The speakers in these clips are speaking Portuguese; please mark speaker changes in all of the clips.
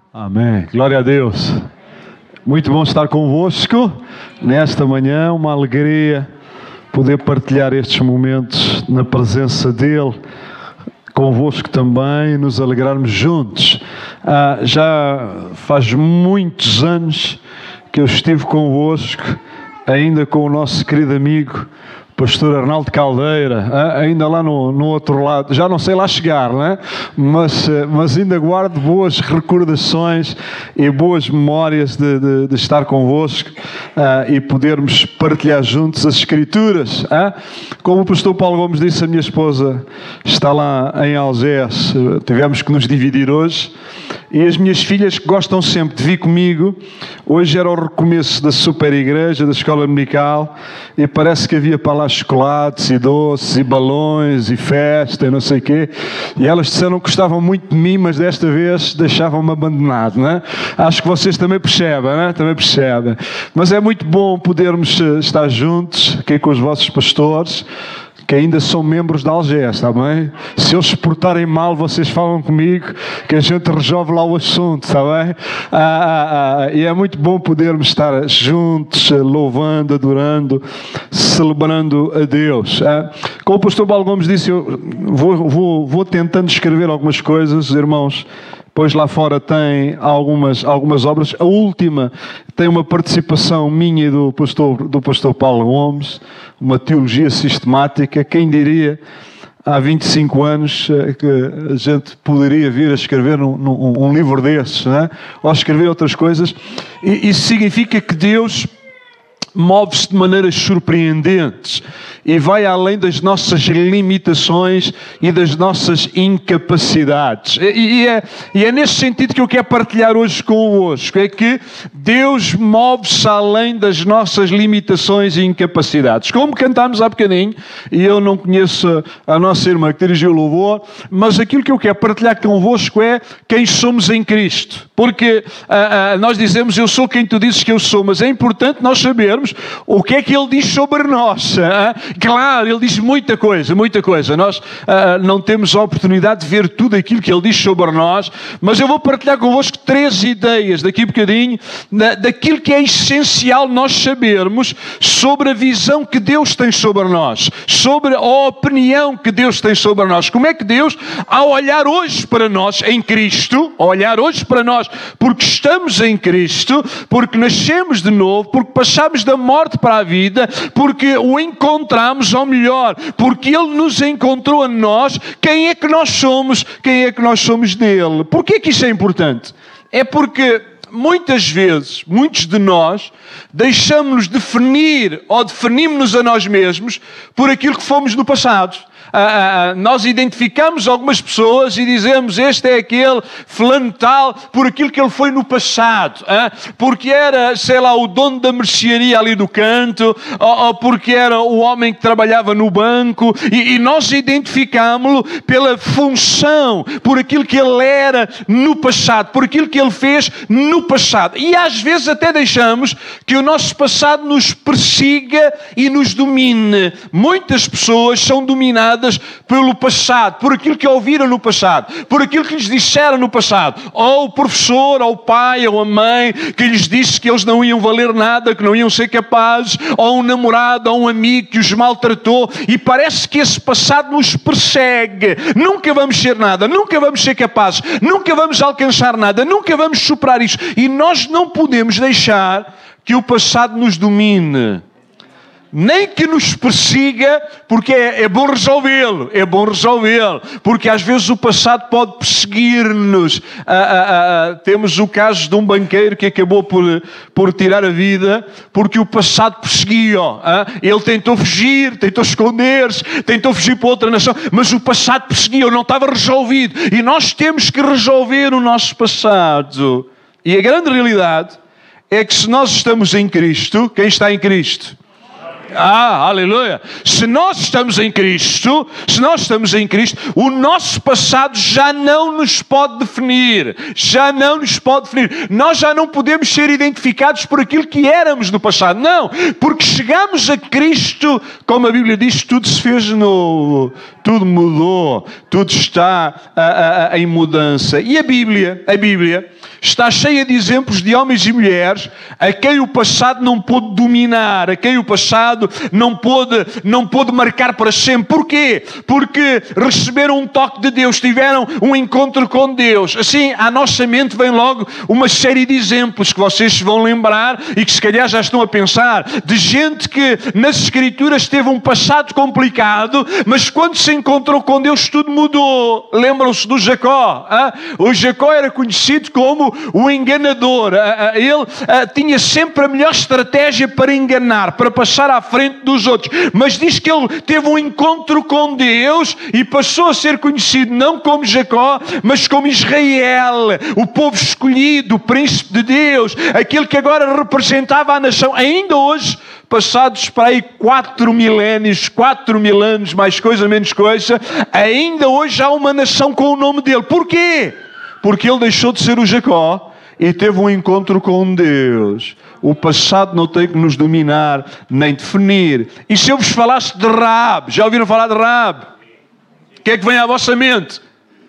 Speaker 1: Amém. Glória a Deus. Muito bom estar convosco nesta manhã. Uma alegria poder partilhar estes momentos na presença dEle, convosco também, nos alegrarmos juntos. Já faz muitos anos que eu estive convosco, ainda com o nosso querido amigo Pastor Arnaldo Caldeira, ainda lá no outro lado, já não sei lá chegar, né? Mas ainda guardo boas recordações e boas memórias de estar convosco e podermos partilhar juntos as Escrituras. Como o pastor Paulo Gomes disse, a minha esposa está lá em Algés, tivemos que nos dividir hoje, e as minhas filhas que gostam sempre de vir comigo, hoje era o recomeço da super igreja, da escola dominical, e parece que havia para lá chocolates e doces e balões e festa e não sei o quê, e elas disseram que gostavam muito de mim, mas desta vez deixavam-me abandonado, né? Acho que vocês também percebem, né? Também percebem. Mas é muito bom podermos estar juntos aqui com os vossos pastores, que ainda são membros da Algés, está bem? Se eles se portarem mal, vocês falam comigo, que a gente resolve lá o assunto, está bem? E é muito bom podermos estar juntos, louvando, adorando, celebrando a Deus. Como o pastor Paulo Gomes disse, eu vou tentando escrever algumas coisas, irmãos. Depois lá fora tem algumas obras. A última tem uma participação minha e do pastor Paulo Gomes, uma teologia sistemática. Quem diria, há 25 anos, que a gente poderia vir a escrever um livro desses, né? Ou escrever outras coisas. E isso significa que Deus move-se de maneiras surpreendentes e vai além das nossas limitações e das nossas incapacidades. E é nesse sentido que eu quero partilhar hoje convosco, é que Deus move-se além das nossas limitações e incapacidades. Como cantámos há bocadinho, e eu não conheço a nossa irmã que dirigiu o louvor, mas aquilo que eu quero partilhar convosco é quem somos em Cristo. Porque nós dizemos, eu sou quem tu dizes que eu sou, mas é importante nós sabermos o que é que Ele diz sobre nós. Claro, Ele diz muita coisa, muita coisa. Nós não temos a oportunidade de ver tudo aquilo que Ele diz sobre nós, mas eu vou partilhar convosco 3 ideias daqui a bocadinho, daquilo que é essencial nós sabermos sobre a visão que Deus tem sobre nós, sobre a opinião que Deus tem sobre nós. Como é que Deus, ao olhar hoje para nós em Cristo, ao olhar hoje para nós, porque estamos em Cristo, porque nascemos de novo, porque passamos da morte para a vida, porque o encontramos, ou melhor, porque Ele nos encontrou a nós, quem é que nós somos? Quem é que nós somos dele? Porquê que isso é importante? É porque muitas vezes, muitos de nós, deixamos-nos definir ou definimos-nos a nós mesmos por aquilo que fomos no passado. Nós identificamos algumas pessoas e dizemos, este é aquele fulano tal, por aquilo que ele foi no passado, porque era, sei lá, o dono da mercearia ali do canto, ou porque era o homem que trabalhava no banco, e nós identificámo-lo pela função, por aquilo que ele era no passado, por aquilo que ele fez no passado. E às vezes até deixamos que o nosso passado nos persiga e nos domine. Muitas pessoas são dominadas pelo passado, por aquilo que ouviram no passado, por aquilo que lhes disseram no passado, ou o professor, ou o pai, ou a mãe que lhes disse que eles não iam valer nada, que não iam ser capazes, ou um namorado, ou um amigo que os maltratou, e parece que esse passado nos persegue. Nunca vamos ser nada, nunca vamos ser capazes, nunca vamos alcançar nada, nunca vamos superar isso, e nós não podemos deixar que o passado nos domine. Nem que nos persiga, porque é bom resolvê-lo, porque às vezes o passado pode perseguir-nos. Temos o caso de um banqueiro que acabou por tirar a vida, porque o passado perseguia-o. Ele tentou fugir, tentou esconder-se, tentou fugir para outra nação, mas o passado perseguia-o, não estava resolvido. E nós temos que resolver o nosso passado. E a grande realidade é que se nós estamos em Cristo, quem está em Cristo? Aleluia! Se nós estamos em Cristo, o nosso passado já não nos pode definir. Nós já não podemos ser identificados por aquilo que éramos no passado. Não, porque chegamos a Cristo, como a Bíblia diz, tudo se fez novo, tudo mudou, tudo está em mudança. E a Bíblia está cheia de exemplos de homens e mulheres a quem o passado não pôde dominar, a quem o passado não pôde marcar para sempre. Porquê? Porque receberam um toque de Deus, tiveram um encontro com Deus. Assim, à nossa mente vem logo uma série de exemplos que vocês se vão lembrar e que se calhar já estão a pensar, de gente que nas Escrituras teve um passado complicado, mas quando se encontrou com Deus tudo mudou. Lembram-se do Jacó? O Jacó era conhecido como o enganador. Ele tinha sempre a melhor estratégia para enganar, para passar à frente dos outros. Mas diz que ele teve um encontro com Deus e passou a ser conhecido não como Jacó, mas como Israel, o povo escolhido, o príncipe de Deus, aquele que agora representava a nação. Ainda hoje, passados para aí 4 milénios, 4 mil anos, mais coisa, menos coisa, ainda hoje há uma nação com o nome dele. Porquê? Porque ele deixou de ser o Jacó e teve um encontro com Deus. O passado não tem que nos dominar, nem definir. E se eu vos falasse de Raabe, já ouviram falar de Raabe? O que é que vem à vossa mente?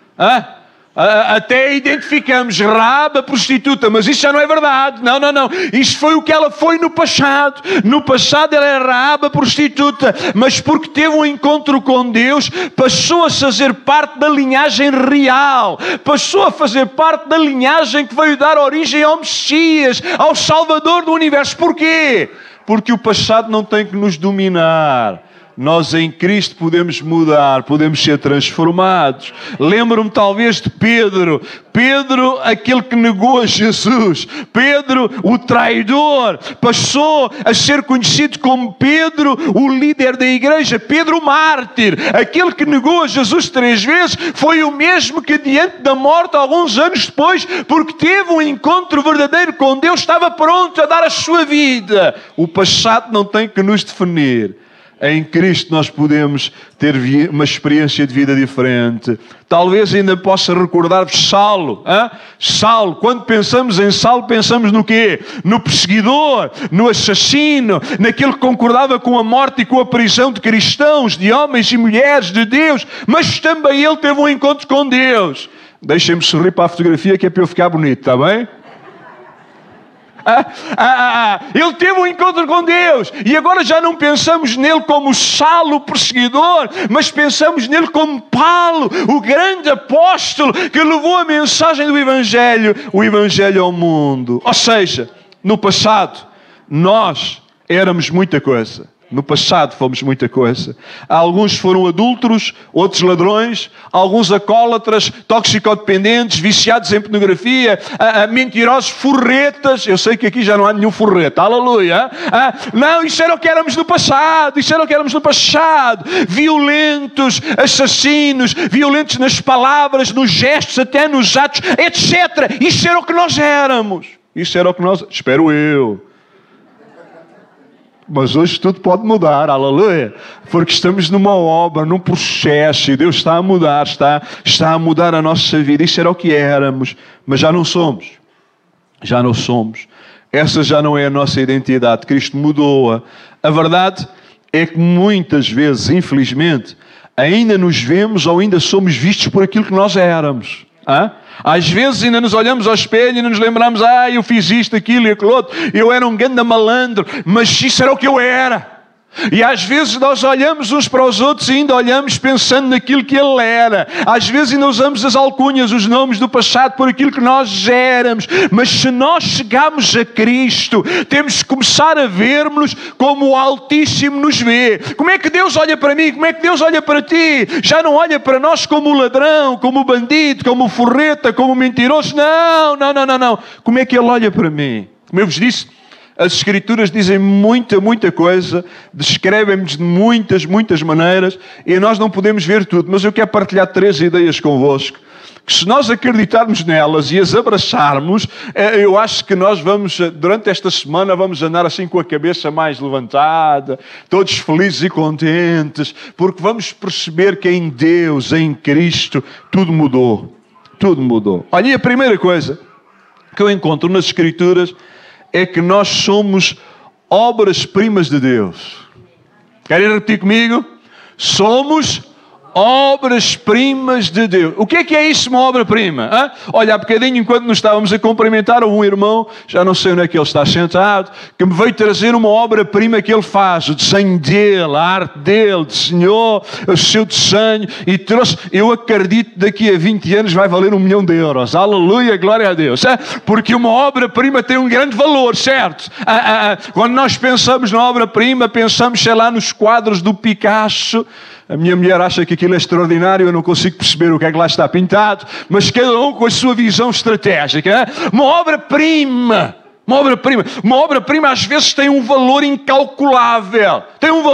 Speaker 1: Até identificamos Raabe, a prostituta, mas isso já não é verdade. Não. Isso foi o que ela foi no passado. No passado ela era Raabe, a prostituta, mas porque teve um encontro com Deus, passou a fazer parte da linhagem real. Passou a fazer parte da linhagem que veio dar origem ao Messias, ao Salvador do Universo. Porquê? Porque o passado não tem que nos dominar. Nós em Cristo podemos mudar, podemos ser transformados. Lembro-me talvez de Pedro, aquele que negou a Jesus. Pedro, o traidor, passou a ser conhecido como Pedro, o líder da igreja. Pedro, o mártir, aquele que negou a Jesus 3 vezes, foi o mesmo que diante da morte, alguns anos depois, porque teve um encontro verdadeiro com Deus, estava pronto a dar a sua vida. O passado não tem que nos definir. Em Cristo nós podemos ter uma experiência de vida diferente. Talvez ainda possa recordar-vos Saulo. Saulo, quando pensamos em Saulo, pensamos no quê? No perseguidor, no assassino, naquele que concordava com a morte e com a prisão de cristãos, de homens e mulheres de Deus. Mas também ele teve um encontro com Deus. Deixem-me sorrir para a fotografia que é para eu ficar bonito, está bem? Ele teve um encontro com Deus e agora já não pensamos nele como Saulo, o perseguidor, mas pensamos nele como Paulo, o grande apóstolo que levou a mensagem do Evangelho, o Evangelho ao mundo. Ou seja, no passado nós éramos muita coisa. No passado fomos muita coisa. Alguns foram adúlteros, outros ladrões, alguns alcoólatras, toxicodependentes, viciados em pornografia, mentirosos, forretas. Eu sei que aqui já não há nenhum forreta. Aleluia! Não, isso era o que éramos no passado. Violentos, assassinos, violentos nas palavras, nos gestos, até nos atos, etc. Isso era o que nós éramos. Espero eu. Mas hoje tudo pode mudar, aleluia, porque estamos numa obra, num processo, e Deus está a mudar, está a mudar a nossa vida. Isso era o que éramos, mas já não somos. Essa já não é a nossa identidade. Cristo mudou-a. A verdade é que muitas vezes, infelizmente, ainda nos vemos ou ainda somos vistos por aquilo que nós éramos. Às vezes ainda nos olhamos ao espelho e nos lembramos, eu fiz isto, aquilo e aquilo outro, eu era um grande malandro, mas isso era o que eu era. E às vezes nós olhamos uns para os outros e ainda olhamos pensando naquilo que ele era. Às vezes ainda usamos as alcunhas, os nomes do passado por aquilo que nós éramos. Mas se nós chegarmos a Cristo, temos que começar a vermos-nos como o Altíssimo nos vê. Como é que Deus olha para mim? Como é que Deus olha para ti? Já não olha para nós como o ladrão, como o bandido, como o forreta, como o mentiroso. Não. Como é que Ele olha para mim? Como eu vos disse, as Escrituras dizem muita coisa, descrevem-nos de muitas maneiras, e nós não podemos ver tudo, mas eu quero partilhar 3 ideias convosco
Speaker 2: que se nós acreditarmos nelas e as abraçarmos, eu acho que nós vamos, durante esta semana, vamos andar assim com a cabeça mais levantada, todos felizes e contentes, porque vamos perceber que em Deus, em Cristo, tudo mudou. Tudo mudou. Olha, e a primeira coisa que eu encontro nas Escrituras é que nós somos obras-primas de Deus. Querem repetir comigo? Somos obras-primas de Deus. O que é isso, uma obra-prima? Olha, há bocadinho, enquanto nos estávamos a cumprimentar, um irmão, já não sei onde é que ele está sentado, que me veio trazer uma obra-prima que ele faz, o desenho dele, a arte dele, desenhou o seu desenho e trouxe, eu acredito, daqui a 20 anos vai valer 1 milhão de euros. Aleluia, glória a Deus. Porque uma obra-prima tem um grande valor, certo? Quando nós pensamos na obra-prima, pensamos, sei lá, nos quadros do Picasso. A minha mulher acha que aquilo é extraordinário, eu não consigo perceber o que é que lá está pintado, mas cada um com a sua visão estratégica. Uma obra-prima. Uma obra-prima às vezes tem um valor incalculável.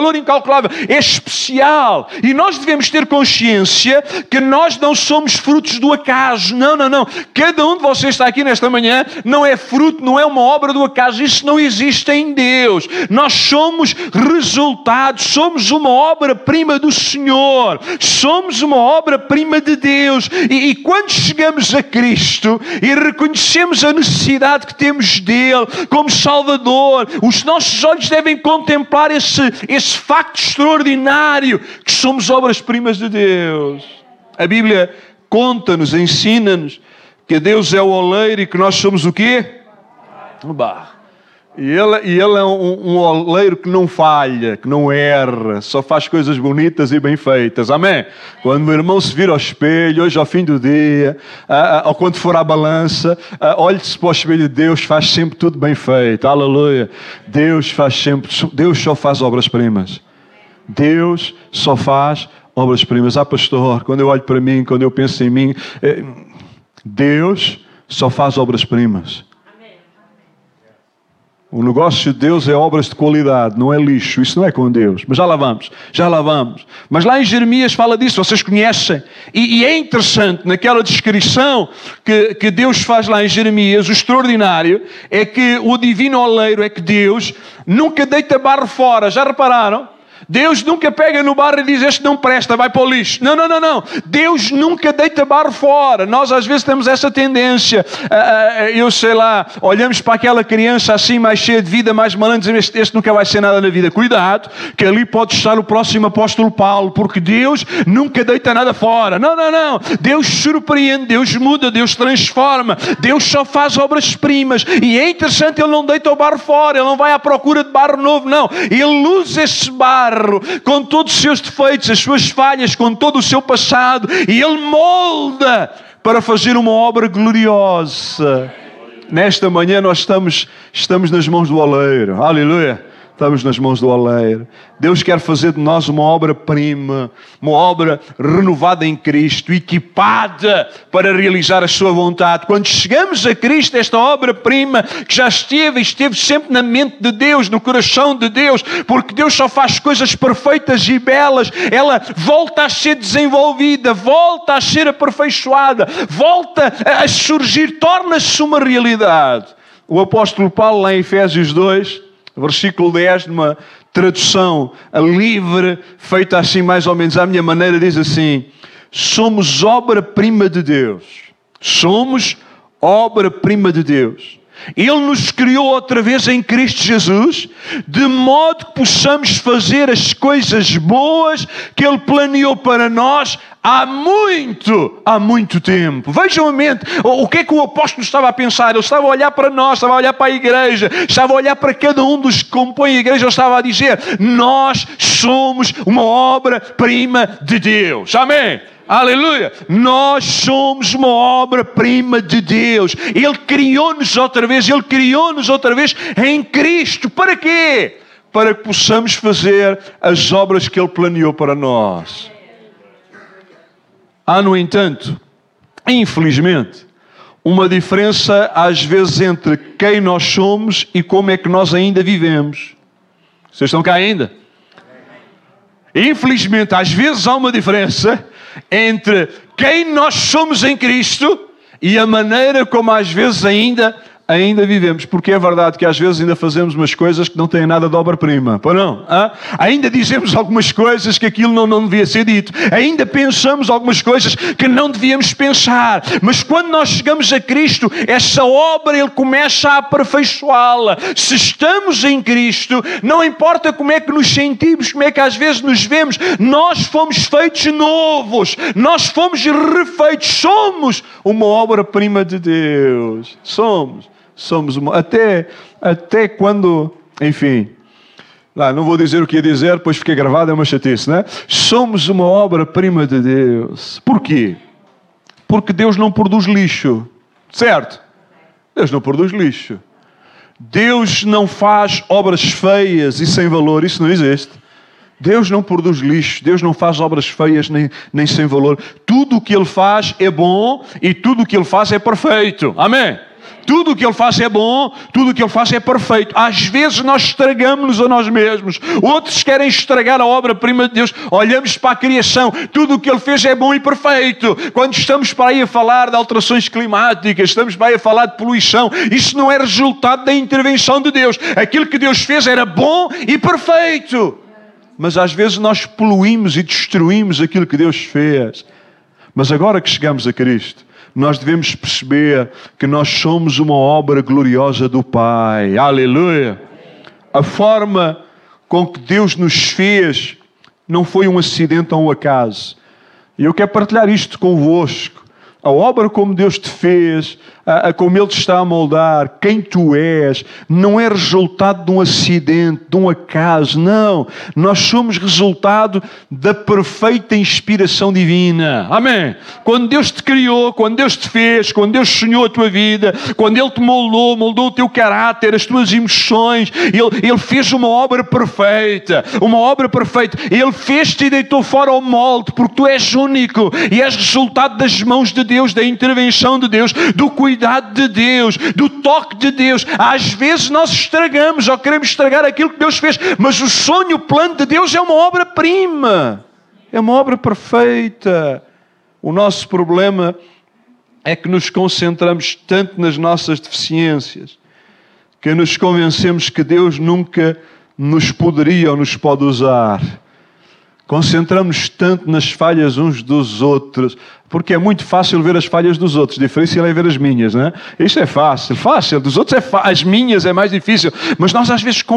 Speaker 2: É especial. E nós devemos ter consciência que nós não somos frutos do acaso. Não. Cada um de vocês está aqui nesta manhã, não é fruto, não é uma obra do acaso. Isso não existe em Deus. Nós somos resultados, somos uma obra-prima do Senhor. Somos uma obra-prima de Deus. E quando chegamos a Cristo e reconhecemos a necessidade que temos dele como Salvador, os nossos olhos devem contemplar esse facto extraordinário que somos obras-primas de Deus. A Bíblia conta-nos, ensina-nos que Deus é o oleiro e que nós somos o quê? O barro. E ele é um oleiro que não falha, que não erra, só faz coisas bonitas e bem feitas. Amém? Quando o irmão se vira ao espelho, hoje ao fim do dia, ou quando for à balança, olhe-se para o espelho de Deus, faz sempre tudo bem feito. Aleluia. Deus só faz obras-primas. Deus só faz obras-primas. Pastor, quando eu olho para mim, quando eu penso em mim, Deus só faz obras-primas. O negócio de Deus é obras de qualidade, não é lixo. Isso não é com Deus. Mas já lá vamos. Mas lá em Jeremias fala disso, vocês conhecem. E é interessante, naquela descrição que Deus faz lá em Jeremias, o extraordinário é que o divino oleiro, é que Deus nunca deita barro fora. Já repararam? Deus nunca pega no barro e diz: este não presta, vai para o lixo. Não. Deus nunca deita barro fora. Nós às vezes temos essa tendência. Eu sei lá, olhamos para aquela criança assim mais cheia de vida, mais malandro, e dizemos: este nunca vai ser nada na vida. Cuidado, que ali pode estar o próximo apóstolo Paulo, porque Deus nunca deita nada fora. Não. Deus surpreende, Deus muda, Deus transforma. Deus só faz obras-primas. E é interessante, Ele não deita o barro fora. Ele não vai à procura de barro novo, não. Ele usa esse barro com todos os seus defeitos, as suas falhas, com todo o seu passado, e Ele molda para fazer uma obra gloriosa. Nesta manhã nós estamos nas mãos do oleiro. Aleluia! Estamos nas mãos do oleiro. Deus quer fazer de nós uma obra-prima, uma obra renovada em Cristo, equipada para realizar a sua vontade. Quando chegamos a Cristo, esta obra-prima que já esteve sempre na mente de Deus, no coração de Deus, porque Deus só faz coisas perfeitas e belas, ela volta a ser desenvolvida, volta a ser aperfeiçoada, volta a surgir, torna-se uma realidade. O apóstolo Paulo, lá em Efésios 2, versículo 10, numa tradução livre, feita assim mais ou menos à minha maneira, diz assim: somos obra-prima de Deus. Somos obra-prima de Deus. Ele nos criou outra vez em Cristo Jesus, de modo que possamos fazer as coisas boas que Ele planeou para nós há muito tempo. Vejam a mente, o que é que o apóstolo estava a pensar? Ele estava a olhar para nós, estava a olhar para a igreja, estava a olhar para cada um dos que compõem a igreja. Ele estava a dizer: nós somos uma obra-prima de Deus. Amém? Aleluia! Nós somos uma obra-prima de Deus. Ele criou-nos outra vez em Cristo. Para quê? Para que possamos fazer as obras que Ele planeou para nós. Há, no entanto, infelizmente, uma diferença às vezes entre quem nós somos e como é que nós ainda vivemos. Vocês estão cá ainda? Infelizmente, às vezes há uma diferença entre quem nós somos em Cristo e a maneira como às vezes ainda vivemos, porque é verdade que às vezes ainda fazemos umas coisas que não têm nada de obra-prima, pois não? Ainda dizemos algumas coisas que aquilo não devia ser dito, ainda pensamos algumas coisas que não devíamos pensar, mas quando nós chegamos a Cristo, essa obra Ele começa a aperfeiçoá-la. Se estamos em Cristo, não importa como é que nos sentimos, como é que às vezes nos vemos, nós fomos feitos novos, nós fomos refeitos, somos uma obra-prima de Deus, somos uma, até quando, enfim, lá, não vou dizer o que ia dizer, depois fiquei gravado, é uma chatice, não é? Somos uma obra-prima de Deus. Porquê? Porque Deus não produz lixo, certo? Deus não produz lixo. Deus não faz obras feias e sem valor, isso não existe. Deus não produz lixo, Deus não faz obras feias nem sem valor. Tudo o que Ele faz é bom e tudo o que Ele faz é perfeito. Amém? Tudo o que Ele faz é bom, tudo o que Ele faz é perfeito. Às vezes nós estragamos-nos a nós mesmos. Outros querem estragar a obra-prima de Deus. Olhamos para a criação. Tudo o que Ele fez é bom e perfeito. Quando estamos para aí a falar de alterações climáticas, estamos para aí a falar de poluição, isso não é resultado da intervenção de Deus. Aquilo que Deus fez era bom e perfeito. Mas às vezes nós poluímos e destruímos aquilo que Deus fez. Mas agora que chegamos a Cristo, nós devemos perceber que nós somos uma obra gloriosa do Pai. Aleluia! A forma com que Deus nos fez não foi um acidente ou um acaso. E eu quero partilhar isto convosco. A obra como Deus te fez, como Ele te está a moldar, quem tu és, não é resultado de um acidente, de um acaso, não. Nós somos resultado da perfeita inspiração divina. Amém? Quando Deus te criou, quando Deus te fez, quando Deus sonhou a tua vida, quando Ele te moldou o teu caráter, as tuas emoções, Ele fez uma obra perfeita, uma obra perfeita. Ele fez-te e deitou fora o molde, porque tu és único e és resultado das mãos de Deus, da intervenção de Deus, do cuidado de Deus, do toque de Deus. Às vezes nós estragamos ou queremos estragar aquilo que Deus fez, mas o sonho, o plano de Deus é uma obra-prima, é uma obra perfeita. O nosso problema é que nos concentramos tanto nas nossas deficiências que nos convencemos que Deus nunca nos poderia ou nos pode usar. Concentramos tanto nas falhas uns dos outros, porque é muito fácil ver as falhas dos outros, difícil é ver as minhas, não é? Isto é fácil, dos outros é fácil, as minhas é mais difícil, mas nós às vezes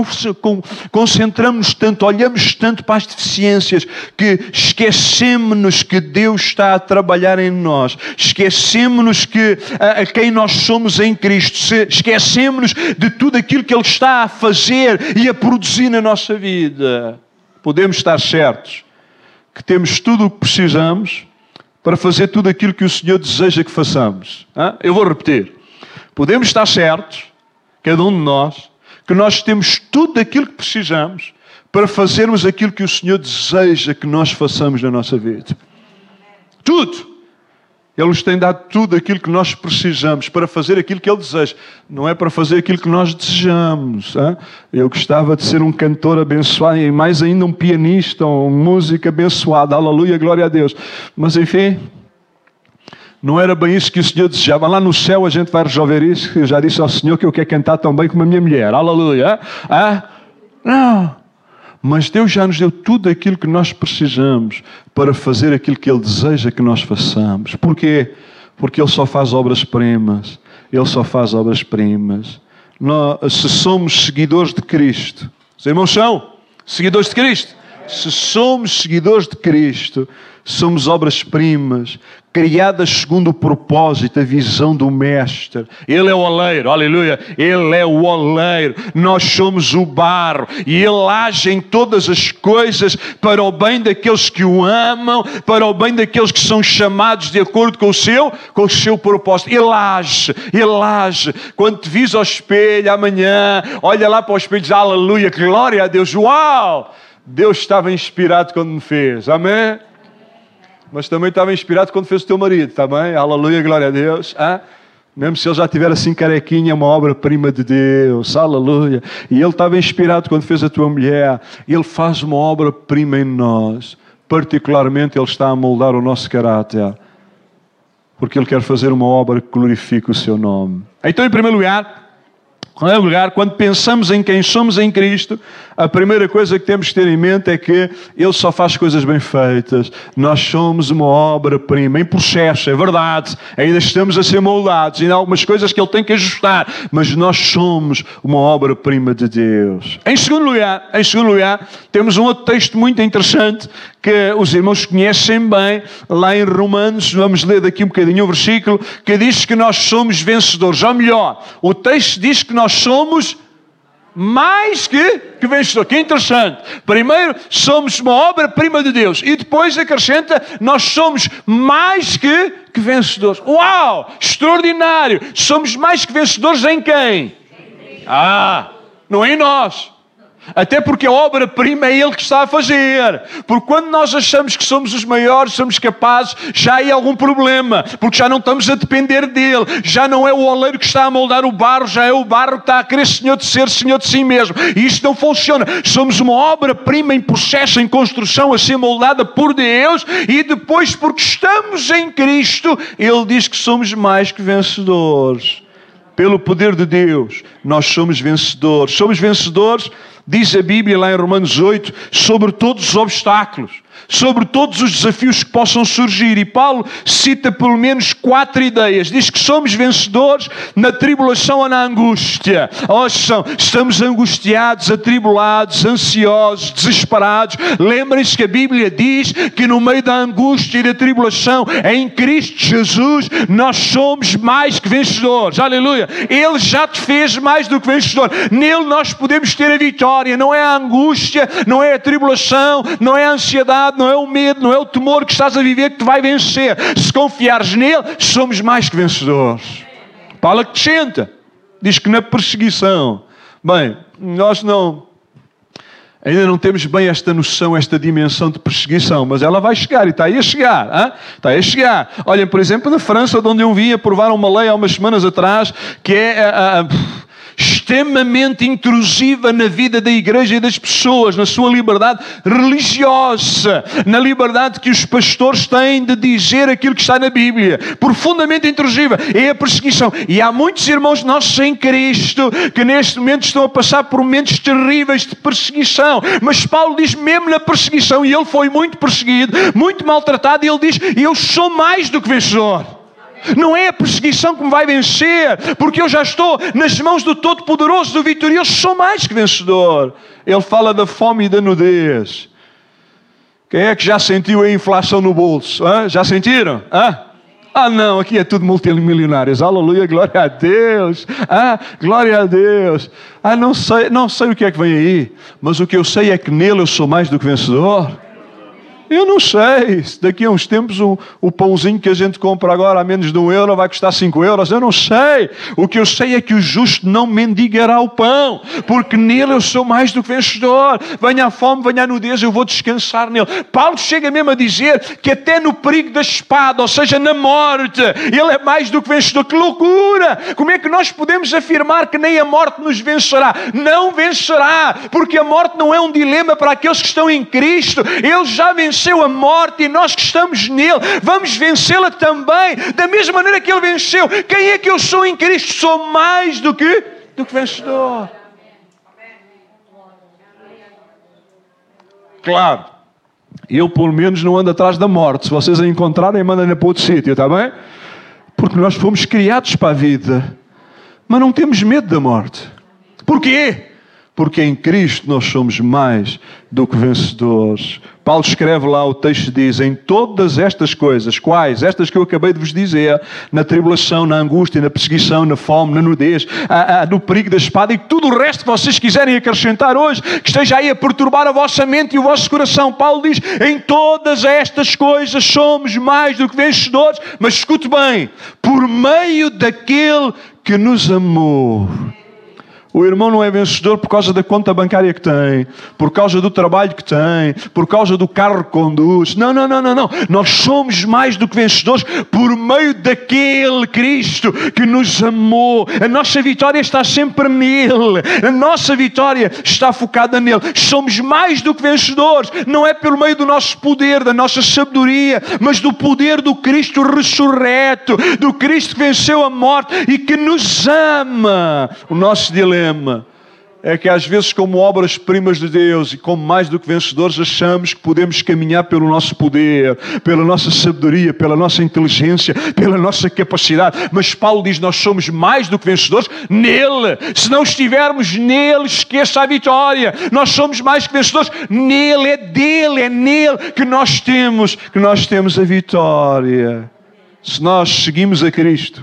Speaker 2: concentramos tanto, olhamos tanto para as deficiências, que esquecemos-nos que Deus está a trabalhar em nós, esquecemos-nos que a quem nós somos em Cristo, esquecemos-nos de tudo aquilo que Ele está a fazer e a produzir na nossa vida. Podemos estar certos que temos tudo o que precisamos para fazer tudo aquilo que o Senhor deseja que façamos. Eu vou repetir. Podemos estar certos, cada um de nós, que nós temos tudo aquilo que precisamos para fazermos aquilo que o Senhor deseja que nós façamos na nossa vida. Tudo. Ele nos tem dado tudo aquilo que nós precisamos para fazer aquilo que Ele deseja. Não é para fazer aquilo que nós desejamos. Eu gostava de ser um cantor abençoado e mais ainda um pianista, um músico abençoado. Aleluia, glória a Deus. Mas enfim, não era bem isso que o Senhor desejava. Lá no céu a gente vai resolver isso. Eu já disse ao Senhor que eu quero cantar tão bem como a minha mulher. Aleluia. Não. Mas Deus já nos deu tudo aquilo que nós precisamos para fazer aquilo que Ele deseja que nós façamos. Porquê? Porque Ele só faz obras-primas. Ele só faz obras-primas. Se somos seguidores de Cristo, os irmãos são seguidores de Cristo. Se somos seguidores de Cristo, somos obras-primas, criadas segundo o propósito, a visão do Mestre. Ele é o oleiro, aleluia. Ele é o oleiro. Nós somos o barro. E Ele age em todas as coisas para o bem daqueles que o amam, para o bem daqueles que são chamados de acordo com o seu propósito. Ele age. Quando te vis ao espelho amanhã, olha lá para o espelho e diz, aleluia, glória a Deus. Uau! Deus estava inspirado quando me fez. Amém? Mas também estava inspirado quando fez o teu marido, está bem? Aleluia, glória a Deus. Mesmo se ele já estiver assim carequinha, é uma obra-prima de Deus. Aleluia. E ele estava inspirado quando fez a tua mulher. Ele faz uma obra-prima em nós particularmente Ele está a moldar o nosso caráter, porque Ele quer fazer uma obra que glorifique o Seu nome. Então, em primeiro lugar, quando pensamos em quem somos em Cristo, a primeira coisa que temos que ter em mente é que Ele só faz coisas bem feitas. Nós somos uma obra-prima, em processo, é verdade. Ainda estamos a ser moldados, ainda há algumas coisas que Ele tem que ajustar, mas nós somos uma obra-prima de Deus. Em segundo lugar, temos um outro texto muito interessante que os irmãos conhecem bem, lá em Romanos, vamos ler daqui um bocadinho o versículo, que diz que nós somos vencedores. Ou melhor, o texto diz que nós somos mais que vencedores. Que interessante. Primeiro, somos uma obra-prima de Deus. E depois acrescenta, nós somos mais que vencedores. Uau! Extraordinário! Somos mais que vencedores em quem? Não é em nós. Até porque a obra-prima é Ele que está a fazer. Porque quando nós achamos que somos os maiores, somos capazes, já há algum problema. Porque já não estamos a depender dEle. Já não é o oleiro que está a moldar o barro, já é o barro que está a querer Senhor de ser Senhor de si mesmo. E isto não funciona. Somos uma obra-prima em processo, em construção, a ser moldada por Deus. E depois, porque estamos em Cristo, Ele diz que somos mais que vencedores. Pelo poder de Deus, nós somos vencedores. Somos vencedores, diz a Bíblia lá em Romanos 8, sobre todos os obstáculos, sobre todos os desafios que possam surgir. E Paulo cita pelo menos 4 ideias. Diz que somos vencedores na tribulação ou na angústia. Estamos angustiados, atribulados, ansiosos, desesperados. Lembrem-se que a Bíblia diz que no meio da angústia e da tribulação, em Cristo Jesus, nós somos mais que vencedores. Aleluia! Ele já te fez mais do que vencedor. Nele nós podemos ter a vitória. Não é a angústia, não é a tribulação, não é a ansiedade, não é o medo, não é o temor que estás a viver que te vai vencer. Se confiares nele, somos mais que vencedores. Paulo acrescenta, diz que na perseguição, bem, nós ainda não temos bem esta noção, esta dimensão de perseguição, mas ela vai chegar e está aí a chegar. Hein? Está aí a chegar. Olhem, por exemplo, na França, de onde eu vim, aprovaram uma lei há umas semanas atrás que é extremamente intrusiva na vida da igreja e das pessoas, na sua liberdade religiosa, na liberdade que os pastores têm de dizer aquilo que está na Bíblia. Profundamente intrusiva. É a perseguição. E há muitos irmãos nossos em Cristo que neste momento estão a passar por momentos terríveis de perseguição. Mas Paulo diz, mesmo na perseguição, e ele foi muito perseguido, muito maltratado, e ele diz, eu sou mais do que vencedor. Não é a perseguição que me vai vencer, porque eu já estou nas mãos do Todo-Poderoso, do Vitorioso, sou mais que vencedor. Ele fala da fome e da nudez. Quem é que já sentiu a inflação no bolso? Já sentiram? Não, aqui é tudo multimilionários. Aleluia, glória a Deus. Glória a Deus. Não sei o que é que vem aí, mas o que eu sei é que nele eu sou mais do que vencedor. Eu não sei, daqui a uns tempos o pãozinho que a gente compra agora a menos de €1 vai custar 5 euros. Eu não sei. O que eu sei é que o justo não mendigará o pão, porque nele eu sou mais do que vencedor. Venha a fome, venha a nudez, eu vou descansar nele. Paulo chega mesmo a dizer que até no perigo da espada, ou seja, na morte, ele é mais do que vencedor. Que loucura! Como é que nós podemos afirmar que nem a morte nos vencerá? Não vencerá, porque a morte não é um dilema para aqueles que estão em Cristo. Ele já venceu a morte e nós que estamos nele vamos vencê-la também, da mesma maneira que ele venceu. Quem é que eu sou em Cristo? Sou mais do que vencedor. Claro, eu pelo menos não ando atrás da morte. Se vocês a encontrarem, mandem-na para outro sítio, está bem? Porque nós fomos criados para a vida, mas não temos medo da morte. Porquê? Porque em Cristo nós somos mais do que vencedores. Paulo escreve lá, o texto diz, em todas estas coisas, quais? Estas que eu acabei de vos dizer, na tribulação, na angústia, na perseguição, na fome, na nudez, no perigo da espada e tudo o resto que vocês quiserem acrescentar hoje, que esteja aí a perturbar a vossa mente e o vosso coração. Paulo diz, em todas estas coisas somos mais do que vencedores, mas escute bem, por meio daquele que nos amou. O irmão não é vencedor por causa da conta bancária que tem, por causa do trabalho que tem, por causa do carro que conduz. Não. Nós somos mais do que vencedores por meio daquele Cristo que nos amou. A nossa vitória está sempre nele. A nossa vitória está focada nele. Somos mais do que vencedores. Não é pelo meio do nosso poder, da nossa sabedoria, mas do poder do Cristo ressurreto, do Cristo que venceu a morte e que nos ama. O nosso dilema é que às vezes, como obras-primas de Deus e como mais do que vencedores, achamos que podemos caminhar pelo nosso poder, pela nossa sabedoria, pela nossa inteligência, pela nossa capacidade. Mas Paulo diz, nós somos mais do que vencedores nele. Se não estivermos nele, esqueça a vitória. Nós somos mais que vencedores nele, é dele, é nele que nós temos a vitória. Se nós seguimos a Cristo,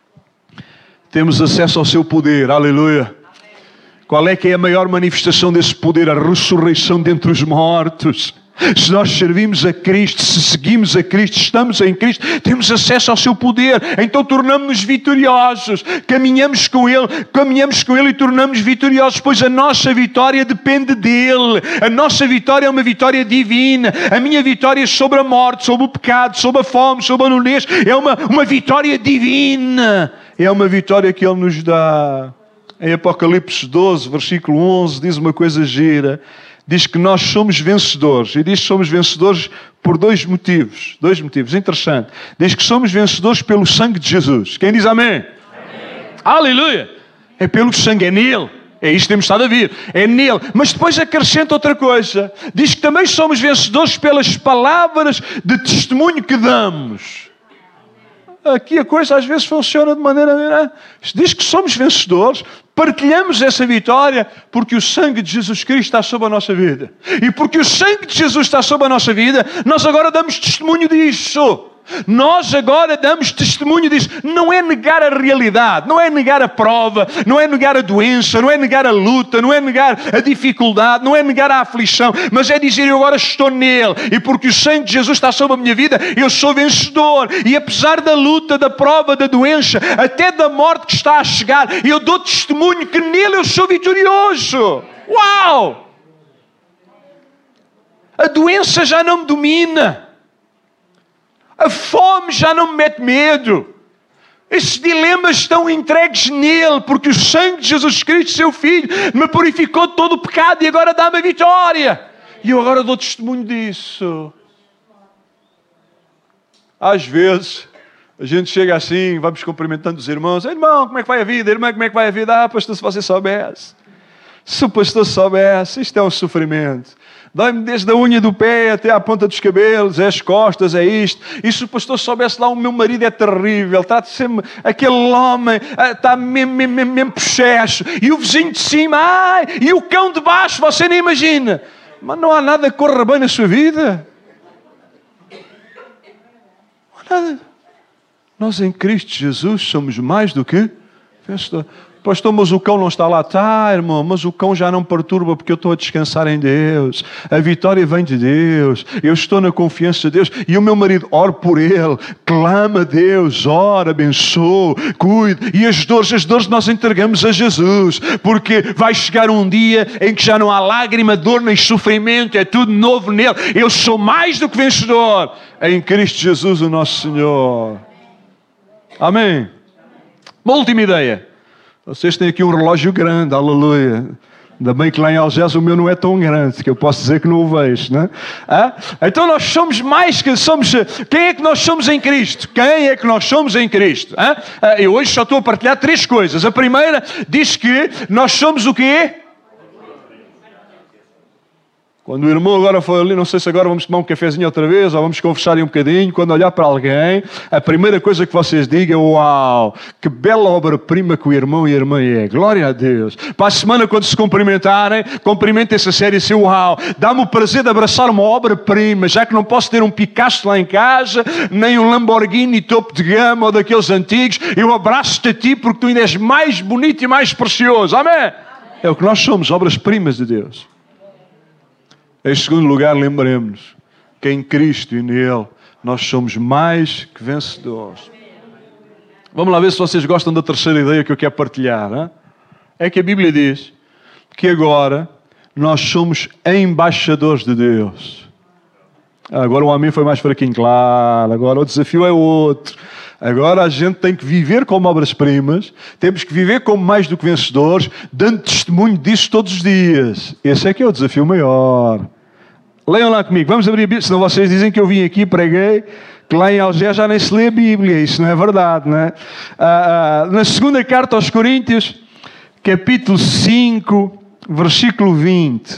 Speaker 2: temos acesso ao seu poder. Aleluia. Qual é que é a maior manifestação desse poder? A ressurreição dentre os mortos. Se nós servimos a Cristo, se seguimos a Cristo, estamos em Cristo, temos acesso ao seu poder. Então tornamos-nos vitoriosos. Caminhamos com Ele e tornamos-nos vitoriosos, pois a nossa vitória depende dEle. A nossa vitória é uma vitória divina. A minha vitória sobre a morte, sobre o pecado, sobre a fome, sobre a nudez, é uma vitória divina. É uma vitória que Ele nos dá. Em Apocalipse 12, versículo 11, diz uma coisa gira. Diz que nós somos vencedores. E diz que somos vencedores por dois motivos. Dois motivos. Interessante. Diz que somos vencedores pelo sangue de Jesus. Quem diz amém? Amém. Aleluia! É pelo sangue, é nele. É isto que temos estado a ver. É nele. Mas depois acrescenta outra coisa. Diz que também somos vencedores pelas palavras de testemunho que damos. Aqui a coisa às vezes funciona de maneira... Diz que somos vencedores, partilhamos essa vitória porque o sangue de Jesus Cristo está sobre a nossa vida. E porque o sangue de Jesus está sobre a nossa vida, nós agora damos testemunho disso. Nós agora damos testemunho disso. Não é negar a realidade, não é negar a prova, não é negar a doença, não é negar a luta, não é negar a dificuldade, não é negar a aflição, mas é dizer, eu agora estou nele, e porque o sangue de Jesus está sobre a minha vida, eu sou vencedor. E apesar da luta, da prova, da doença, até da morte que está a chegar, eu dou testemunho que nele eu sou vitorioso. Uau! A doença já não me domina. A fome já não me mete medo. Esses dilemas estão entregues nele, porque o sangue de Jesus Cristo, seu Filho, me purificou de todo o pecado e agora dá-me a vitória. E eu agora dou testemunho disso. Às vezes, a gente chega assim, vamos cumprimentando os irmãos. Irmão, como é que vai a vida? Irmã, como é que vai a vida? Ah, pastor, se você soubesse. Se o pastor soubesse, isto é um sofrimento. Dói-me desde a unha do pé até à ponta dos cabelos, é as costas, é isto. E se o pastor soubesse lá, o meu marido é terrível, está de ser aquele homem, está mesmo processo. E o vizinho de cima, e o cão de baixo, você nem imagina. Mas não há nada que corra bem na sua vida. Não há nada. Nós em Cristo Jesus somos mais do que vencedores. Pastor, mas o cão não está lá. Tá, irmão, mas o cão já não perturba porque eu estou a descansar em Deus. A vitória vem de Deus. Eu estou na confiança de Deus. E o meu marido, ora por ele, clama a Deus, ora, abençoa, cuide. E as dores nós entregamos a Jesus. Porque vai chegar um dia em que já não há lágrima, dor nem sofrimento. É tudo novo nele. Eu sou mais do que vencedor em Cristo Jesus, o nosso Senhor. Amém. Uma última ideia. Vocês têm aqui um relógio grande, aleluia. Ainda bem que lá em Algés o meu não é tão grande, que eu posso dizer que não o vejo, não é? Então nós somos mais que somos... Quem é que nós somos em Cristo? Quem é que nós somos em Cristo? Eu hoje só estou a partilhar 3 coisas. A primeira diz que nós somos o quê? Quando o irmão agora foi ali, não sei se agora vamos tomar um cafezinho outra vez, ou vamos conversar um bocadinho, quando olhar para alguém, a primeira coisa que vocês digam é, uau, que bela obra-prima que o irmão e a irmã é. Glória a Deus. Para a semana, quando se cumprimentarem, cumprimentem-se a sério e assim, uau, dá-me o prazer de abraçar uma obra-prima, já que não posso ter um Picasso lá em casa, nem um Lamborghini topo de gama ou daqueles antigos, eu abraço-te a ti porque tu ainda és mais bonito e mais precioso. Amém? É o que nós somos, obras-primas de Deus. Em segundo lugar, lembremos que em Cristo e nele nós somos mais que vencedores. Vamos lá ver se vocês gostam da terceira ideia que eu quero partilhar. Hein? é que a Bíblia diz que agora nós somos embaixadores de Deus. Agora o amém foi mais fraquinho, claro. Agora o desafio é outro. Agora a gente tem que viver como obras-primas, temos que viver como mais do que vencedores, dando testemunho disso todos os dias. Esse é que é o desafio maior. Leiam lá comigo, vamos abrir a Bíblia, senão vocês dizem que eu vim aqui, preguei, que lá em Algés já nem se lê a Bíblia. Isso não é verdade, não é? Na segunda carta aos Coríntios, capítulo 5, versículo 20.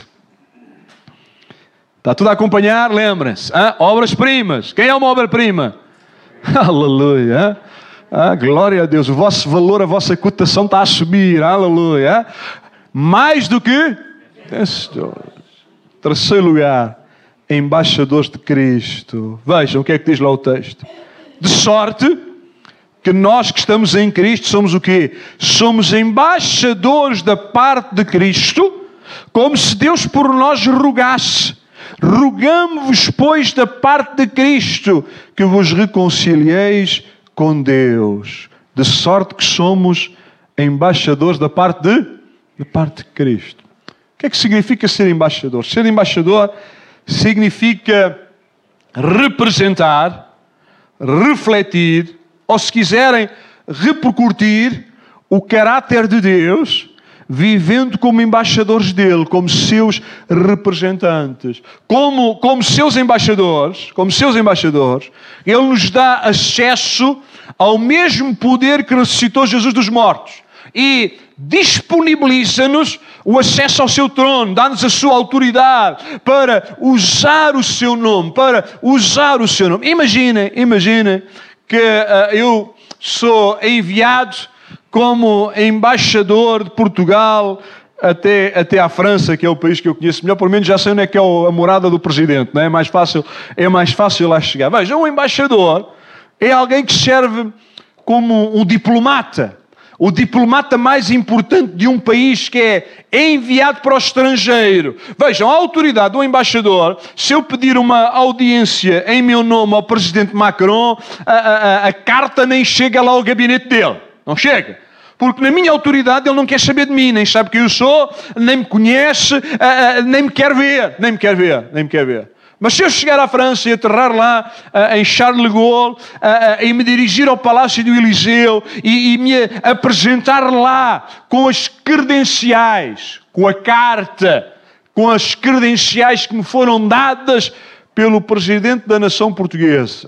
Speaker 2: Está tudo a acompanhar? Lembrem-se. Obras-primas. Quem é uma obra-prima? Aleluia. Glória a Deus. O vosso valor, a vossa cotação está a subir. Aleluia. Mais do que vencedores. Terceiro lugar, embaixadores de Cristo. Vejam o que é que diz lá o texto. De sorte que nós que estamos em Cristo somos o quê? Somos embaixadores da parte de Cristo, como se Deus por nós rogasse. Rogamo-vos, pois, da parte de Cristo, que vos reconcilieis com Deus. De sorte que somos embaixadores da parte de Cristo. O que é que significa ser embaixador? Ser embaixador significa representar, refletir, ou se quiserem, repercutir o caráter de Deus, vivendo como embaixadores dele, como seus representantes, como seus embaixadores, ele nos dá acesso ao mesmo poder que ressuscitou Jesus dos mortos e disponibiliza-nos o acesso ao seu trono, dá-nos a sua autoridade para usar o seu nome, Imaginem que eu sou enviado como embaixador de Portugal até à França, que é o país que eu conheço melhor. Pelo menos já sei onde é que é a morada do presidente, não é? É mais fácil lá chegar. Veja, um embaixador é alguém que serve como um diplomata. O diplomata mais importante de um país, que é enviado para o estrangeiro. Vejam, a autoridade do embaixador, se eu pedir uma audiência em meu nome ao presidente Macron, a carta nem chega lá ao gabinete dele. Não chega. Porque na minha autoridade ele não quer saber de mim, nem sabe quem eu sou, nem me conhece, nem me quer ver. Mas se eu chegar à França e aterrar lá em Charles de Gaulle e me dirigir ao Palácio do Eliseu e me apresentar lá com as credenciais, com a carta, com as credenciais que me foram dadas pelo Presidente da Nação Portuguesa,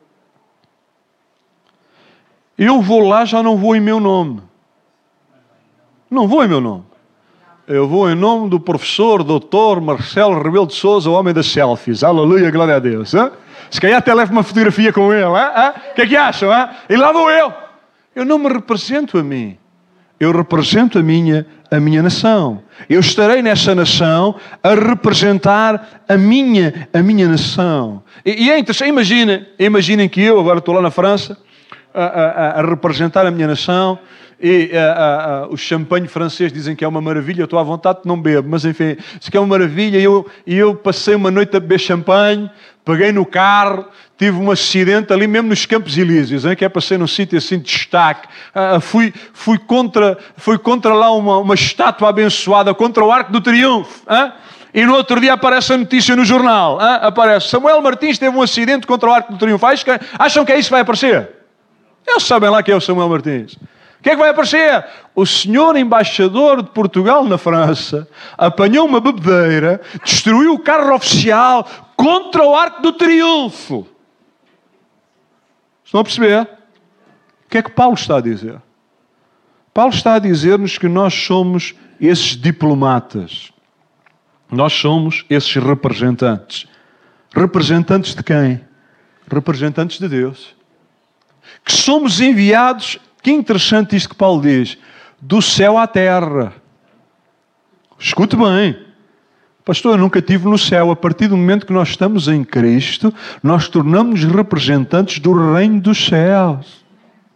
Speaker 2: eu vou lá, já não vou em meu nome. Não vou em meu nome. Eu vou em nome do professor, doutor Marcelo Rebelo de Sousa, o homem das selfies. Aleluia, glória a Deus. Hein? Se calhar até levo uma fotografia com ele. O que é que acham? Hein? E lá vou eu. Eu não me represento a mim. Eu represento a minha nação. Eu estarei nessa nação a representar a minha nação. E é interessante, imaginem que eu agora estou lá na França a representar a minha nação. E o champanhe francês dizem que é uma maravilha. Eu estou à vontade de não bebo, mas enfim, diz que é uma maravilha. E eu passei uma noite a beber champanhe, peguei no carro, tive um acidente ali mesmo nos Campos Elíseos, que é passei num sítio assim de destaque. Fui contra lá uma estátua abençoada, contra o Arco do Triunfo. E no outro dia aparece a notícia no jornal. Aparece: Samuel Martins teve um acidente contra o Arco do Triunfo. Acham que é isso que vai aparecer? Eles sabem lá quem é o Samuel Martins. O que é que vai aparecer? O senhor embaixador de Portugal na França apanhou uma bebedeira, destruiu o carro oficial contra o Arco do Triunfo. Estão a perceber? O que é que Paulo está a dizer? Paulo está a dizer-nos que nós somos esses diplomatas. Nós somos esses representantes. Representantes de quem? Representantes de Deus. Que somos enviados. Que interessante isto que Paulo diz. Do céu à terra. Escute bem. Pastor, eu nunca estive no céu. A partir do momento que nós estamos em Cristo, nós tornamos-nos representantes do reino dos céus.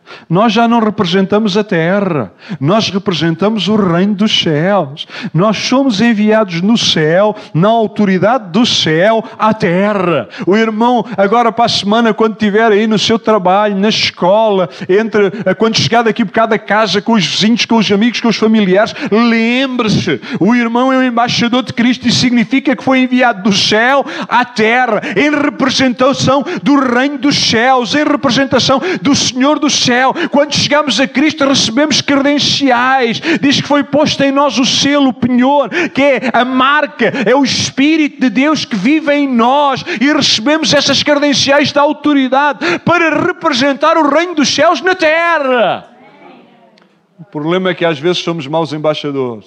Speaker 2: Nós já não representamos a terra, nós representamos o reino dos céus. Nós somos enviados no céu, na autoridade do céu, à terra. O irmão, agora para a semana, quando estiver aí no seu trabalho, na escola, quando chegar daqui por cada casa, com os vizinhos, com os amigos, com os familiares, lembre-se, o irmão é o embaixador de Cristo e significa que foi enviado do céu à terra, em representação do reino dos céus, em representação do Senhor do céu. Quando chegamos a Cristo, recebemos credenciais. Diz que foi posto em nós o selo, o penhor, que é a marca, é o Espírito de Deus que vive em nós, e recebemos essas credenciais da autoridade para representar o reino dos céus na terra. O problema é que às vezes somos maus embaixadores.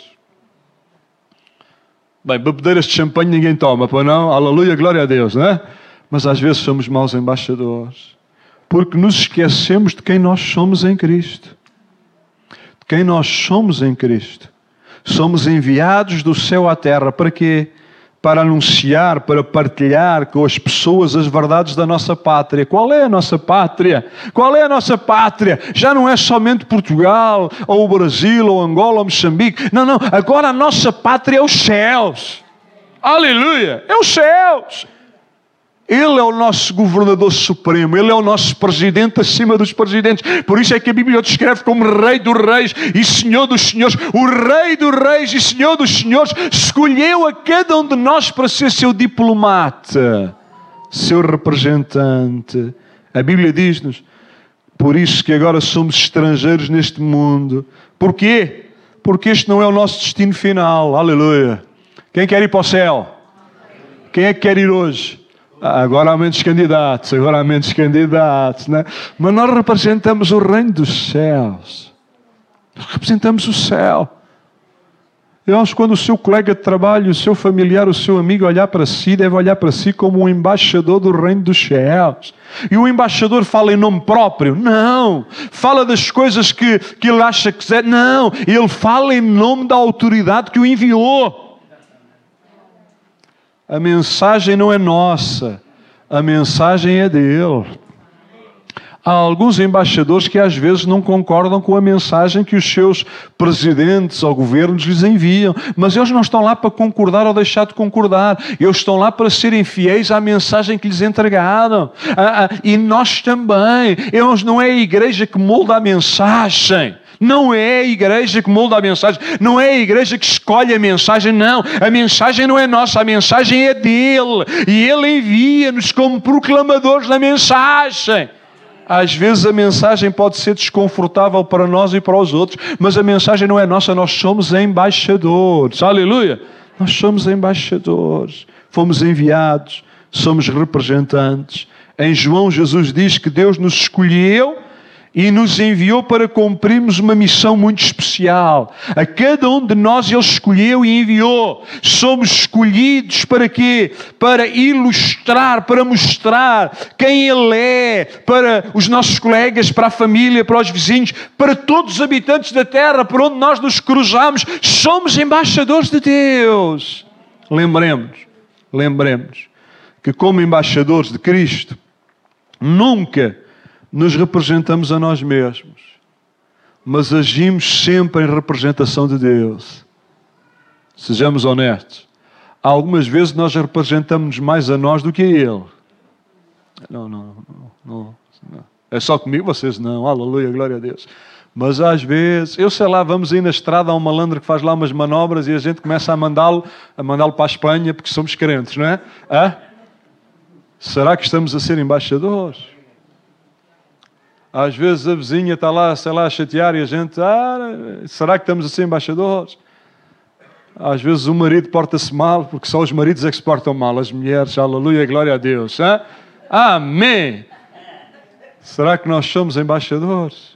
Speaker 2: Bem, bebedeiras de champanhe ninguém toma, pois não? Aleluia, glória a Deus, não é? Mas às vezes somos maus embaixadores, porque nos esquecemos de quem nós somos em Cristo. De quem nós somos em Cristo. Somos enviados do céu à terra. Para quê? Para anunciar, para partilhar com as pessoas as verdades da nossa pátria. Qual é a nossa pátria? Qual é a nossa pátria? Já não é somente Portugal, ou o Brasil, ou Angola, ou Moçambique. Não, não. Agora a nossa pátria é os céus. Aleluia! É os céus. Ele é o nosso governador supremo. Ele é o nosso presidente acima dos presidentes. Por isso é que a Bíblia o descreve como Rei dos Reis e Senhor dos Senhores. O Rei dos Reis e Senhor dos Senhores escolheu a cada um de nós para ser seu diplomata, seu representante. A Bíblia diz-nos, por isso que agora somos estrangeiros neste mundo. Porquê? Porque este não é o nosso destino final. Aleluia. Quem quer ir para o céu? Quem é que quer ir hoje? Agora há menos candidatos, né? Mas nós representamos o reino dos céus. Nós representamos o céu. Eu acho que quando o seu colega de trabalho, o seu familiar, o seu amigo olhar para si, deve olhar para si como um embaixador do reino dos céus. E o embaixador fala em nome próprio? Não. Fala das coisas que ele acha que é? Não. Ele fala em nome da autoridade que o enviou. A mensagem não é nossa, a mensagem é dele. Há alguns embaixadores que às vezes não concordam com a mensagem que os seus presidentes ou governos lhes enviam, mas eles não estão lá para concordar ou deixar de concordar, eles estão lá para serem fiéis à mensagem que lhes entregaram. E nós também. Não é a igreja que molda a mensagem. Não é a igreja que molda a mensagem, não é a igreja que escolhe a mensagem, não. A mensagem não é nossa, a mensagem é dele. E ele envia-nos como proclamadores da mensagem. Às vezes a mensagem pode ser desconfortável para nós e para os outros, mas a mensagem não é nossa, nós somos embaixadores. Aleluia! Nós somos embaixadores, fomos enviados, somos representantes. Em João, Jesus diz que Deus nos escolheu e nos enviou para cumprirmos uma missão muito especial. A cada um de nós Ele escolheu e enviou. Somos escolhidos para quê? Para ilustrar, para mostrar quem Ele é, para os nossos colegas, para a família, para os vizinhos, para todos os habitantes da terra, por onde nós nos cruzamos. Somos embaixadores de Deus. Lembremos que como embaixadores de Cristo, nunca nos representamos a nós mesmos, mas agimos sempre em representação de Deus. Sejamos honestos. Algumas vezes nós representamos mais a nós do que a Ele. Não. É só comigo? Vocês não. Aleluia, glória a Deus. Mas às vezes, eu sei lá, vamos aí na estrada, há um malandro que faz lá umas manobras e a gente começa a mandá-lo para a Espanha porque somos crentes, não é? Será que estamos a ser embaixadores? Às vezes a vizinha está lá, sei lá, a chatear e a gente, será que estamos a ser embaixadores? Às vezes o marido porta-se mal, porque só os maridos é que se portam mal, as mulheres, aleluia, glória a Deus. Amém! Será que nós somos embaixadores?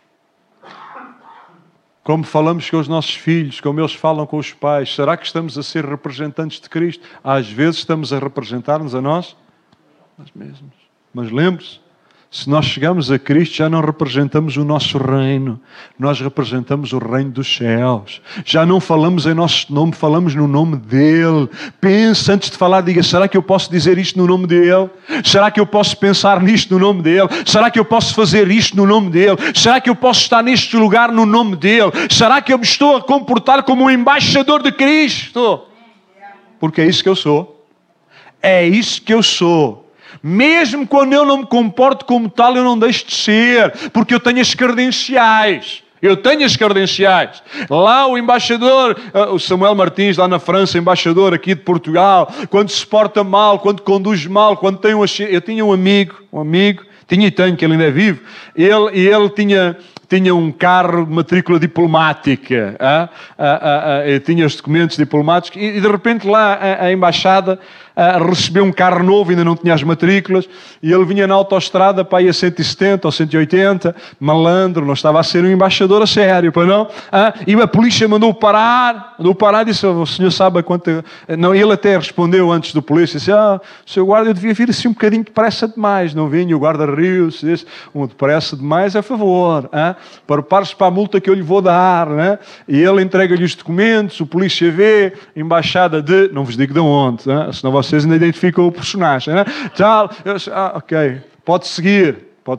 Speaker 2: Como falamos com os nossos filhos, como eles falam com os pais, será que estamos a ser representantes de Cristo? Às vezes estamos a representar-nos a nós mesmos. Mas lembre-se, Se nós chegamos a Cristo, já não representamos o nosso reino. Nós representamos o reino dos céus. Já não falamos em nosso nome, falamos no nome dEle. Pense antes de falar, diga, será que eu posso dizer isto no nome dEle? Será que eu posso pensar nisto no nome dEle? Será que eu posso fazer isto no nome dEle? Será que eu posso estar neste lugar no nome dEle? Será que eu me estou a comportar como um embaixador de Cristo? Porque é isso que eu sou. É isso que eu sou. Mesmo quando eu não me comporto como tal, eu não deixo de ser, porque eu tenho as credenciais. Eu tenho as credenciais. Lá o embaixador, o Samuel Martins, lá na França, embaixador aqui de Portugal, quando se porta mal, quando conduz mal, quando tem eu tinha um amigo, tinha e tenho, que ele ainda é vivo, ele tinha um carro de matrícula diplomática, tinha os documentos diplomáticos, e de repente lá a embaixada recebeu um carro novo, ainda não tinha as matrículas, e ele vinha na autoestrada para ir a 170 ou 180, malandro, não estava a ser um embaixador a sério, para não? E a polícia mandou parar e disse, o senhor sabe a quanto... Não, ele até respondeu antes do polícia, disse, seu guarda, eu devia vir assim um bocadinho depressa demais, não vinha, o guarda riu-se, disse, depressa demais a favor, prepare-se para a multa que eu lhe vou dar, né? E ele entrega-lhe os documentos, o polícia vê, embaixada de, não vos digo de onde, senão vocês ainda identificam o personagem, né? Tal, eu disse, ok, pode seguir,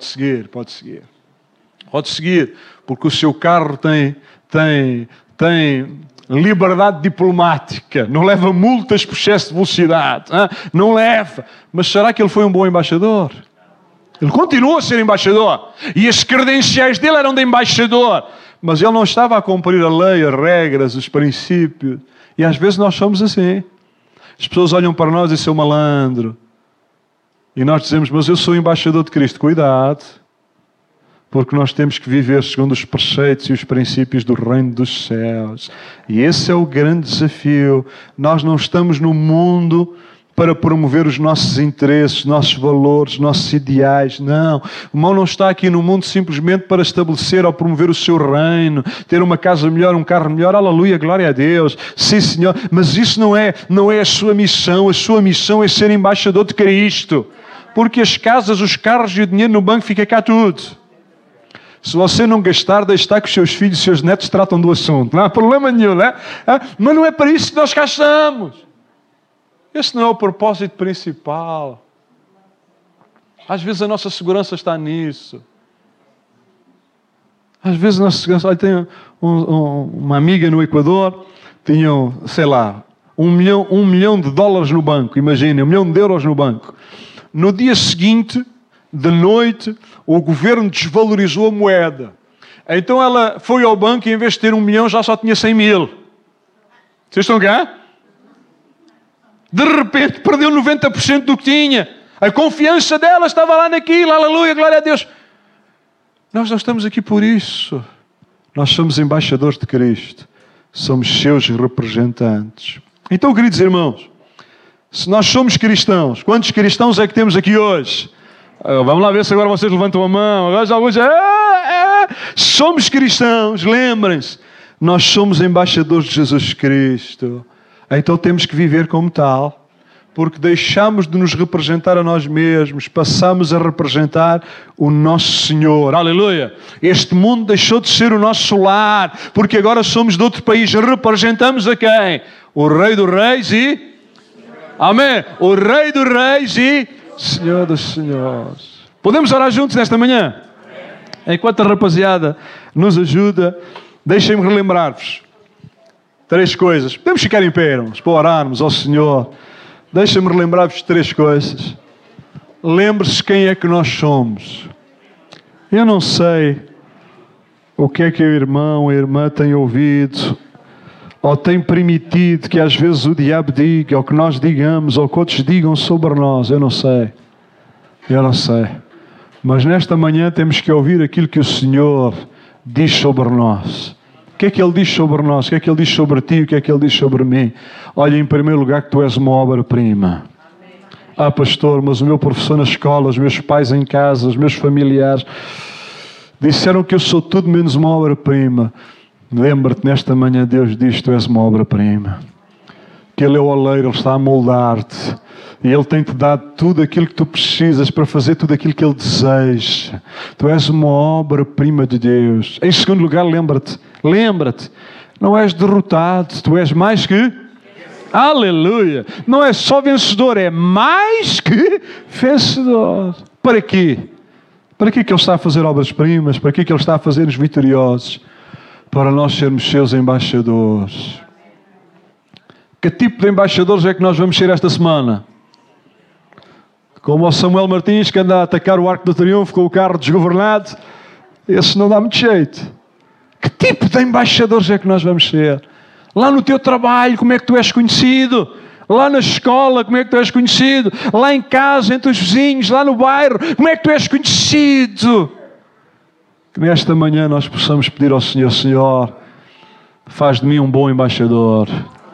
Speaker 2: porque o seu carro tem liberdade diplomática, não leva multas por excesso de velocidade, não leva, mas será que ele foi um bom embaixador? Ele continua a ser embaixador. E as credenciais dele eram de embaixador. Mas ele não estava a cumprir a lei, as regras, os princípios. E às vezes nós somos assim. As pessoas olham para nós e dizem, seu malandro. E nós dizemos, mas eu sou embaixador de Cristo. Cuidado. Porque nós temos que viver segundo os preceitos e os princípios do reino dos céus. E esse é o grande desafio. Nós não estamos no mundo para promover os nossos interesses, nossos valores, nossos ideais. Não. O irmão não está aqui no mundo simplesmente para estabelecer ou promover o seu reino, ter uma casa melhor, um carro melhor. Aleluia, glória a Deus. Sim, Senhor. Mas isso não é a sua missão. A sua missão é ser embaixador de Cristo. Porque as casas, os carros e o dinheiro no banco fica cá tudo. Se você não gastar, deixe estar que os seus filhos e os seus netos tratam do assunto. Não há problema nenhum, não é? Mas não é para isso que nós cá estamos. Esse não é o propósito principal. Às vezes a nossa segurança está nisso. Às vezes a nossa segurança... Olha, tem uma amiga no Equador, tinha, sei lá, $1 milhão no banco. Imaginem, €1 milhão no banco. No dia seguinte, de noite, o governo desvalorizou a moeda. Então ela foi ao banco e em vez de ter 1 milhão já só tinha 100 mil. Vocês estão cá? De repente perdeu 90% do que tinha. A confiança dela estava lá naquilo. Aleluia, glória a Deus. Nós não estamos aqui por isso. Nós somos embaixadores de Cristo. Somos seus representantes. Então, queridos irmãos, se nós somos cristãos, quantos cristãos é que temos aqui hoje? Vamos lá ver se agora vocês levantam a mão. Agora já alguns... Somos cristãos, lembrem-se. Nós somos embaixadores de Jesus Cristo. Então temos que viver como tal, porque deixamos de nos representar a nós mesmos, passamos a representar o nosso Senhor. Aleluia! Este mundo deixou de ser o nosso lar, porque agora somos de outro país. Representamos a quem? O Rei dos Reis e... Amém! O Rei dos Reis e Senhor dos Senhores. Podemos orar juntos nesta manhã? Enquanto a rapaziada nos ajuda, deixem-me relembrar-vos 3 coisas. Podemos ficar em pé, irmãos, para orarmos ao Senhor. Deixa-me relembrar-vos 3 coisas. Lembre-se quem é que nós somos. Eu não sei o que é que o irmão, a irmã tem ouvido, ou tem permitido que às vezes o diabo diga, ou que nós digamos, ou que outros digam sobre nós. Eu não sei. Mas nesta manhã temos que ouvir aquilo que o Senhor diz sobre nós. O que é que Ele diz sobre nós? O que é que Ele diz sobre ti? O que é que Ele diz sobre mim? Olha, em primeiro lugar, que tu és uma obra-prima. Pastor, mas o meu professor na escola, os meus pais em casa, os meus familiares disseram que eu sou tudo menos uma obra-prima. Lembra-te, nesta manhã Deus diz que tu és uma obra-prima.
Speaker 1: que Ele é o oleiro, Ele está a moldar-te. E Ele tem-te dado tudo aquilo que tu precisas para fazer tudo aquilo que Ele deseja. Tu és uma obra-prima de Deus. Em segundo lugar, lembra-te, não és derrotado, tu és mais que... Aleluia! Não é só vencedor, é mais que vencedor. Para quê? Para que Ele está a fazer obras-primas? Para que Ele está a fazer-nos vitoriosos? Para nós sermos seus embaixadores. Que tipo de embaixadores é que nós vamos ser esta semana? Como o Samuel Martins, que anda a atacar o Arco do Triunfo com o carro desgovernado, esse não dá muito jeito. Que tipo de embaixadores é que nós vamos ser? Lá no teu trabalho, como é que tu és conhecido? Lá na escola, como é que tu és conhecido? Lá em casa, entre os vizinhos, lá no bairro, como é que tu és conhecido? Que nesta manhã nós possamos pedir ao Senhor, Senhor, faz de mim um bom embaixador.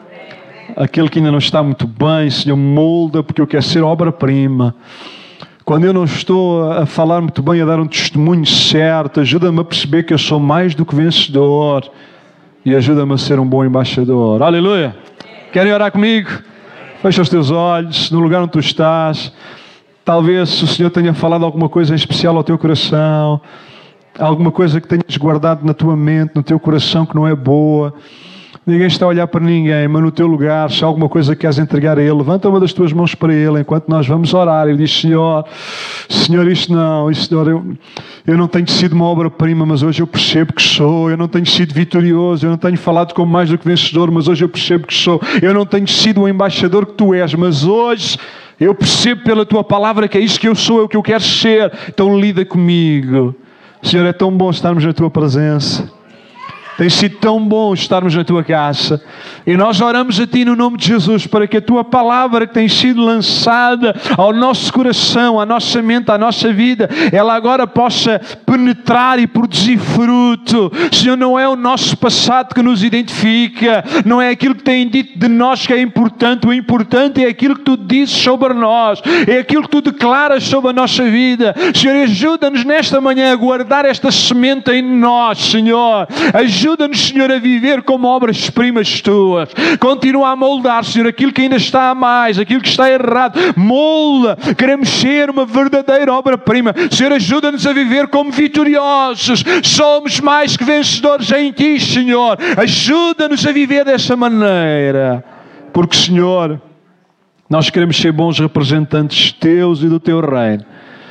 Speaker 1: Aquele que ainda não está muito bem, Senhor, molda, porque eu quero ser obra-prima. Quando eu não estou a falar muito bem, a dar um testemunho certo, ajuda-me a perceber que eu sou mais do que vencedor. E ajuda-me a ser um bom embaixador. Aleluia! Querem orar comigo? Fecha os teus olhos, no lugar onde tu estás. Talvez o Senhor tenha falado alguma coisa em especial ao teu coração. Alguma coisa que tenhas guardado na tua mente, no teu coração que não é boa. Ninguém está a olhar para ninguém, mas no teu lugar, se há alguma coisa que queres entregar a Ele, levanta uma das tuas mãos para Ele, enquanto nós vamos orar. Ele diz, Senhor, isto não, Senhor, eu não tenho sido uma obra-prima, mas hoje eu percebo que sou. Eu não tenho sido vitorioso, eu não tenho falado como mais do que vencedor, mas hoje eu percebo que sou. Eu não tenho sido o embaixador que Tu és, mas hoje eu percebo pela Tua palavra que é isso que eu sou, é o que eu quero ser. Então lida comigo. Senhor, é tão bom estarmos na Tua presença. Tem sido tão bom estarmos na Tua casa. E nós oramos a Ti no nome de Jesus para que a Tua palavra que tem sido lançada ao nosso coração, à nossa mente, à nossa vida, ela agora possa penetrar e produzir fruto. Senhor, não é o nosso passado que nos identifica, não é aquilo que têm dito de nós que é importante. O importante é aquilo que Tu dizes sobre nós, é aquilo que Tu declaras sobre a nossa vida. Senhor, ajuda-nos nesta manhã a guardar esta semente em nós, Senhor. Ajuda-nos, Senhor, a viver como obras-primas Tuas. Continua a moldar, Senhor, aquilo que ainda está a mais, aquilo que está errado. Molda. Queremos ser uma verdadeira obra-prima. Senhor, ajuda-nos a viver como vitoriosos. Somos mais que vencedores em Ti, Senhor. Ajuda-nos a viver dessa maneira. Porque, Senhor, nós queremos ser bons representantes Teus e do Teu reino.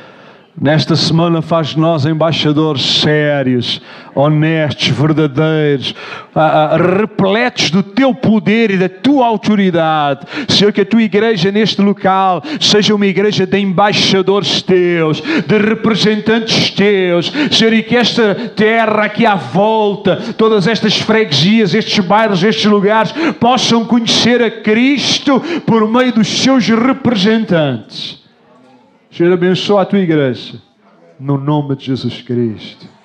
Speaker 1: Nesta semana faz de nós embaixadores sérios, honestos, verdadeiros, repletos do Teu poder e da Tua autoridade. Senhor, que a Tua igreja neste local seja uma igreja de embaixadores Teus, de representantes Teus. Senhor, e que esta terra aqui à volta, todas estas freguesias, estes bairros, estes lugares, possam conhecer a Cristo por meio dos seus representantes. Senhor, abençoa a Tua igreja, no nome de Jesus Cristo.